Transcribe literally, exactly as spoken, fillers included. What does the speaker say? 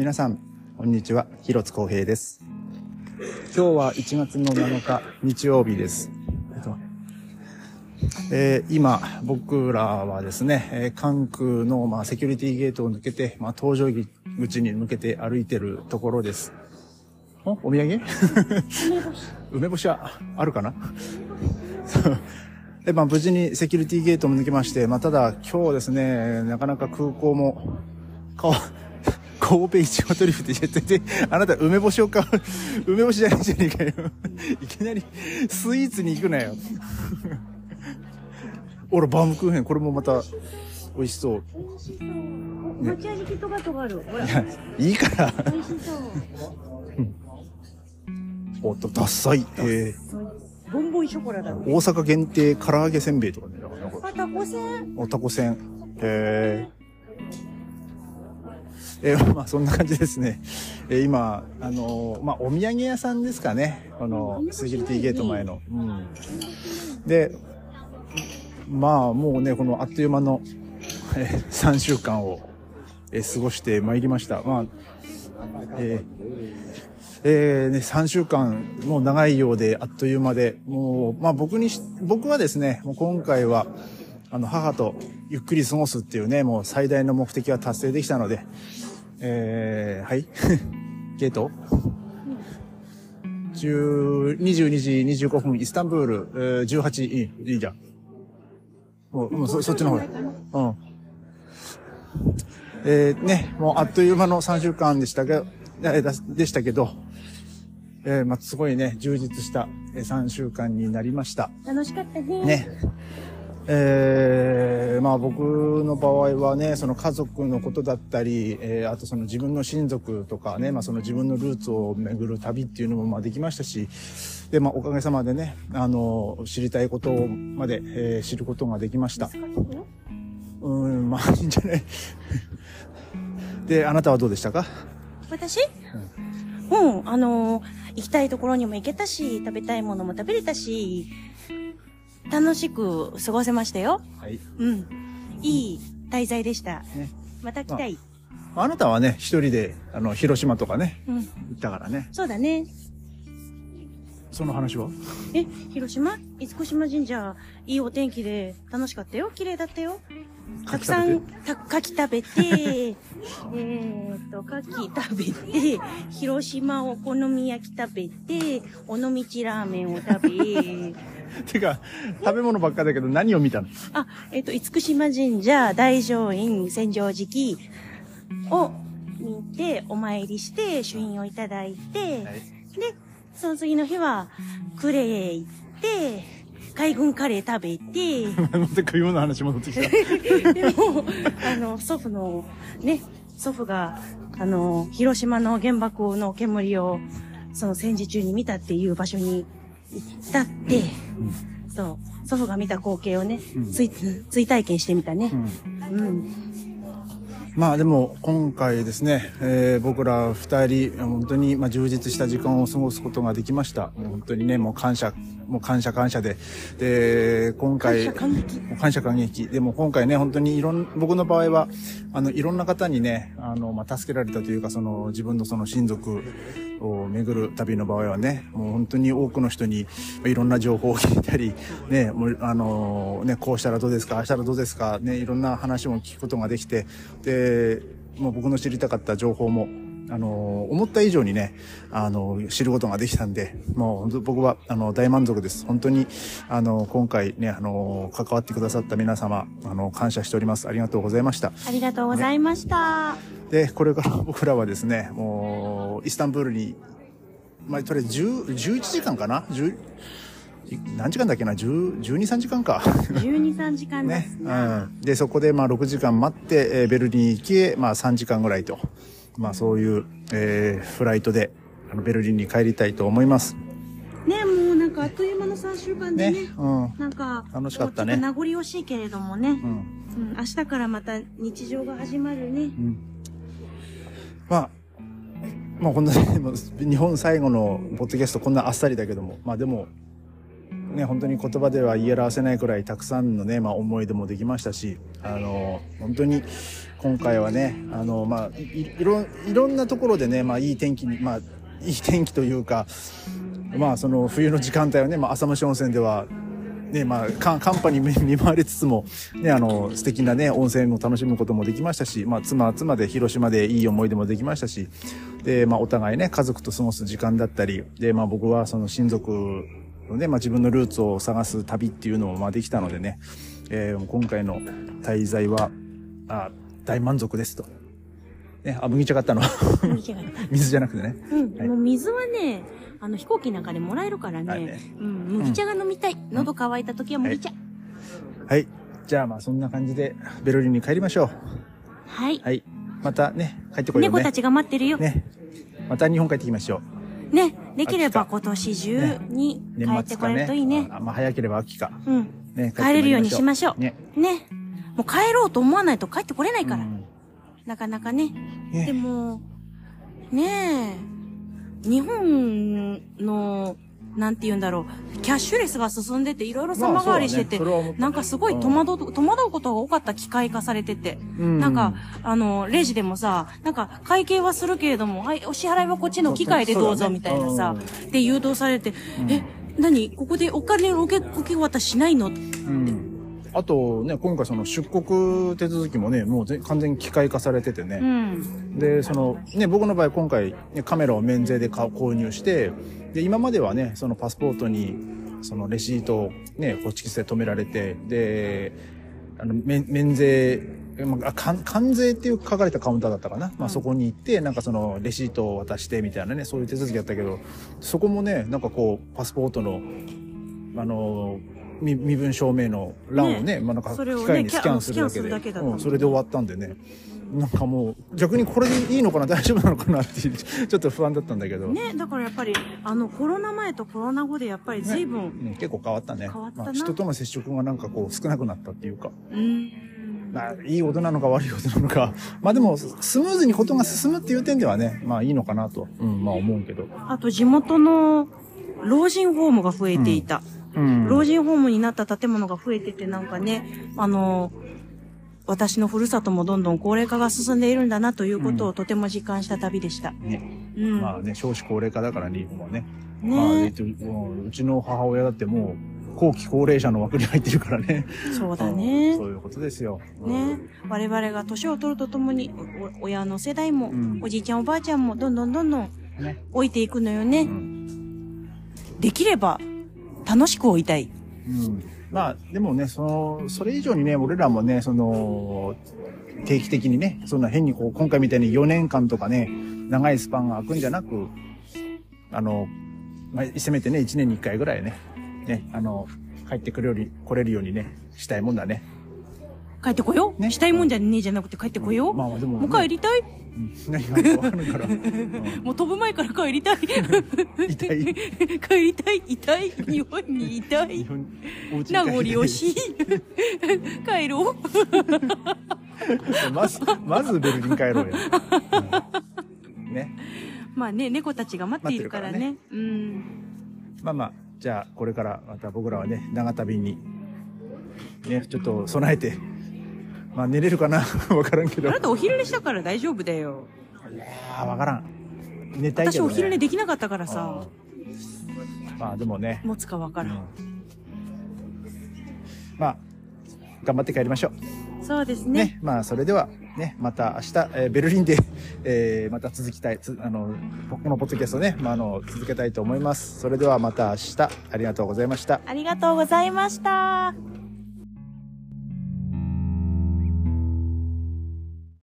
皆さんこんにちは、広津光平です。今日はいちがつのなのか日曜日です。えー、今僕らはですね、えー、関空の、まあ、セキュリティゲートを抜けて、まあ、搭乗口に向けて歩いてるところです。お、お土産梅干しはあるかなで、まあ、無事にセキュリティゲートも抜けまして、まあ、ただ今日ですね、なかなか空港も顔神戸いちごトリュフって言って、あなた梅干しを買う梅干しじゃないじゃねえかよいきなりスイーツに行くなよほら、バームクーヘン、これもまた美味しそう。 持ち味キットカットがある。ほら。 いや、いいから。 美味しそう。 おっと、ダッサい。えー、ボンボンショコラだ。 大阪限定唐揚げせんべいとかね。 あ、タコせん。 お、タコせん。へー。えー、まあそんな感じですね。えー、今、あのー、まあお土産屋さんですかね。このセキュリティゲート前の。うん。で、まあもうね、このあっという間の、えー、さんしゅうかんを、えー、過ごしてまいりました。まあ、えーえーね、さんしゅうかんもう長いようであっという間で、もう、まあ僕にし、僕はですね、もう今回は、あの、母とゆっくり過ごすっていうね、もう最大の目的は達成できたので、えー、はいゲートにじゅうにじにじゅうごふんイスタンブール、えー、じゅうはち、いい、いいじゃん。もう、もうそ、そっちの方へ。うん。えー、ね、もうあっという間のさんしゅうかんでしたけど、でしたけど、えー、まあ、すごいね、充実したさんしゅうかんになりました。 楽しかったね。 ね。えー、まあ僕の場合はね、その家族のことだったり、えー、あとその自分の親族とかね、まあその自分のルーツを巡る旅っていうのもまあできましたし、で、まあおかげさまでね、あの、知りたいことまで、えー、知ることができました。うん、まあいいんじゃないで、あなたはどうでしたか？ 私？うん、うん、あのー、行きたいところにも行けたし、食べたいものも食べれたし、楽しく過ごせましたよ。 はい。 うん。いい滞在でした。ね、また来たい。 まあ、あなたはね、一人で、あの、広島とかね、うん、行ったからね。 そうだね。 その話は？ え、広島？厳島神社、いいお天気で楽しかったよ。綺麗だったよ。たくさん、た、牡蠣食べて、えーっと、牡蠣食べて、広島お好み焼き食べて、尾道ラーメンを食べ、 てか、食べ物ばっかだけど何を見たの？ あ、えっと、厳島神社、大乗院、千畳敷を見て、お参りして、朱印をいただいて、はい、で、その次の日は、呉へ行って、海軍カレー食べて、 また食い物の話戻ってきた。 でも、あの、祖父の、ね、祖父が、あの、広島の原爆の煙を、その戦時中に見たっていう場所に行ったって、うん、そう、祖父が見た光景をね、うん、追、追体験してみたね。うん。うん、 まあでも今回ですね、えー、僕ら二人本当にまあ充実した時間を過ごすことができました。もう本当にね、もう感謝、もう感謝感謝で、で今回感謝感激、 もう感謝感激でも今回ね、本当にいろん僕の場合はあのいろんな方にね、あのまあ助けられたというか、その自分のその親族を巡る旅の場合はね、もう本当に多くの人にいろんな情報を聞いたりね、もうあのね、こうしたらどうですか、ああしたらどうですかね、いろんな話も聞くことができて、でもう僕の知りたかった情報もあの思った以上にね、あの知ることができたんで、もう本当僕はあの大満足です。本当にあの今回ね、あの関わってくださった皆様、あの感謝しております。ありがとうございました。 ありがとうございました。 ね、でこれから僕らはですね、もうイスタンブールに、まあとりあえずじゅう、じゅういちじかんかな、じゅう何時間だっけな、じゅう、じゅうに、さんじかんか。 じゅうに、さんじかんですね。 うん。で、そこでまあろくじかん待って、えー、ベルリン行き、まあさんじかんぐらいと。まあそういう、えー、フライトで、あの、ベルリンに帰りたいと思います。 ね、もうなんかあっという間のさんしゅうかんでね。ね、 うん。 なんか、 楽しかったね。 名残惜しいけれどもね。うん。うん、明日からまた日常が始まるね。うん。 まあ、まあこんな、日本最後のポッドキャストこんなあっさりだけども、まあでも、ね、本当に言葉では言い表せないくらいたくさんのね、まあ思い出もできましたし、あの、本当に今回はね、あの、まあ、い、いろ、いろんなところでね、まあ、いい天気に、まあ、いい天気というか、まあ、その冬の時間帯はね、まあ、浅虫温泉では、ね、まあ、寒波に見舞われつつも、ね、あの、素敵なね、温泉を楽しむこともできましたし、まあ、妻は妻で広島でいい思い出もできましたし、で、まあ、お互いね、家族と過ごす時間だったり、で、まあ、僕はその親族のね、まあ、自分のルーツを探す旅っていうのも、まあ、できたのでね、えー、今回の滞在は、あ、大満足ですと。ね、あ、麦茶買ったの。水じゃなくてね。 うん、はい、もう水はね、あの飛行機なんかでもらえるからね。ね、うん、麦茶が飲みたい。うん、喉乾いた時は麦茶、 うんはい。はい。じゃあまあそんな感じでベルリンに帰りましょう。 はい。 はい。またね、帰ってこいよね。 猫たちが待ってるよ。 ね。また日本帰ってきましょう。ね。できれば今年中に帰ってこれるといいね。 ね、あまあ早ければ秋か。 うん。ね、帰れるようにしましょう。ね。ね。もう帰ろうと思わないと帰ってこれないから。うん、なかなかね。ねでも、ねえ。日本の、なんて言うんだろう、キャッシュレスが進んでて、いろいろ様変わりしてて、まあね、なんかすごい戸惑う、うん、戸惑うことが多かった、機械化されてて。うん、なんか、あの、レジでもさ、なんか、会計はするけれども、はい、お支払いはこっちの機械でどうぞ、みたいなさ、ね、で誘導されて、うん、え、何ここでお金の受け、受け渡ししないのって。うんあとね、今回その出国手続きもね、もう完全に機械化されててね。うん、で、そのね、僕の場合今回、ね、カメラを免税で購入して、で、今まではね、そのパスポートに、そのレシートをね、ホチキスで止められて、で、あの、免、免税、まあ、関税っていう書かれたカウンターだったかな。まあ、そこに行って、なんかそのレシートを渡してみたいなね、そういう手続きだったけど、そこもね、なんかこう、パスポートの、あの、身分証明の欄をね、ねまあなんか機械にスキャンするだけで、ねけうん、それで終わったんでね、なんかもう逆にこれでいいのかな、大丈夫なのかなっていうちょっと不安だったんだけど。 ね、だからやっぱりあのコロナ前とコロナ後でやっぱり随分、ねうん、結構変わったね。 変わったな、 まあ、人との接触がなんかこう少なくなったっていうか。うん。まあいいことなのか悪いことなのか、まあでもスムーズにことが進むっていう点ではね、まあいいのかなと、うん、まあ思うけど。 あと地元の老人ホームが増えていた。うんうん、老人ホームになった建物が増えててなんかね、あの、私のふるさともどんどん高齢化が進んでいるんだなということをとても実感した旅でした。ね。 うん、まあね、少子高齢化だからね、もうね。ねまあ、えっと、うちの母親だってもう、後期高齢者の枠に入ってるからね。 そうだね。 そういうことですよ。 ね。我々が年を取るとともに、親の世代も、うん、おじいちゃんおばあちゃんもどんどんどんどん老いていくのよね。うん、できれば、楽しく追いたい。 うん。まあ、でもね、その、それ以上にね、俺らもね、その、定期的にね、そんな変にこう、今回みたいによねんかんとかね、長いスパンが空くんじゃなく、あの、まあ、せめてね、いちねんにいっかいぐらいね、ね、あの、帰ってくるより、来れるようにね、したいもんだね。 帰ってこよう、ね、したいもんじゃねえじゃなくて帰ってこよう。うん、まあでも、ね、もう帰りたい。 うん、何がわかるから。うん、 もう飛ぶ前から帰りたい。 痛い。 帰りたい、痛い。日本にいたい。名残惜しい。帰ろう。 まず、まずベルリン帰ろうよ。うん、ね。 まあね、猫たちが待っているからね。からねうん。 まあまあ、じゃあこれからまた僕らはね、長旅に、ね、ちょっと備えて、まあ寝れるかなわからんけど。 あなたお昼寝したから大丈夫だよ。 いやー、わからん。寝たいけどね。 私お昼寝できなかったからさ。 まあでもね。 持つかわからん。うん、 まあ、頑張って帰りましょう。そうですね。 ね、まあそれでは、ね、また明日、えー、ベルリンで、えー、また続きたい、つあの、このポッドキャストね、まああの、続けたいと思います。それではまた明日、ありがとうございました。 ありがとうございました。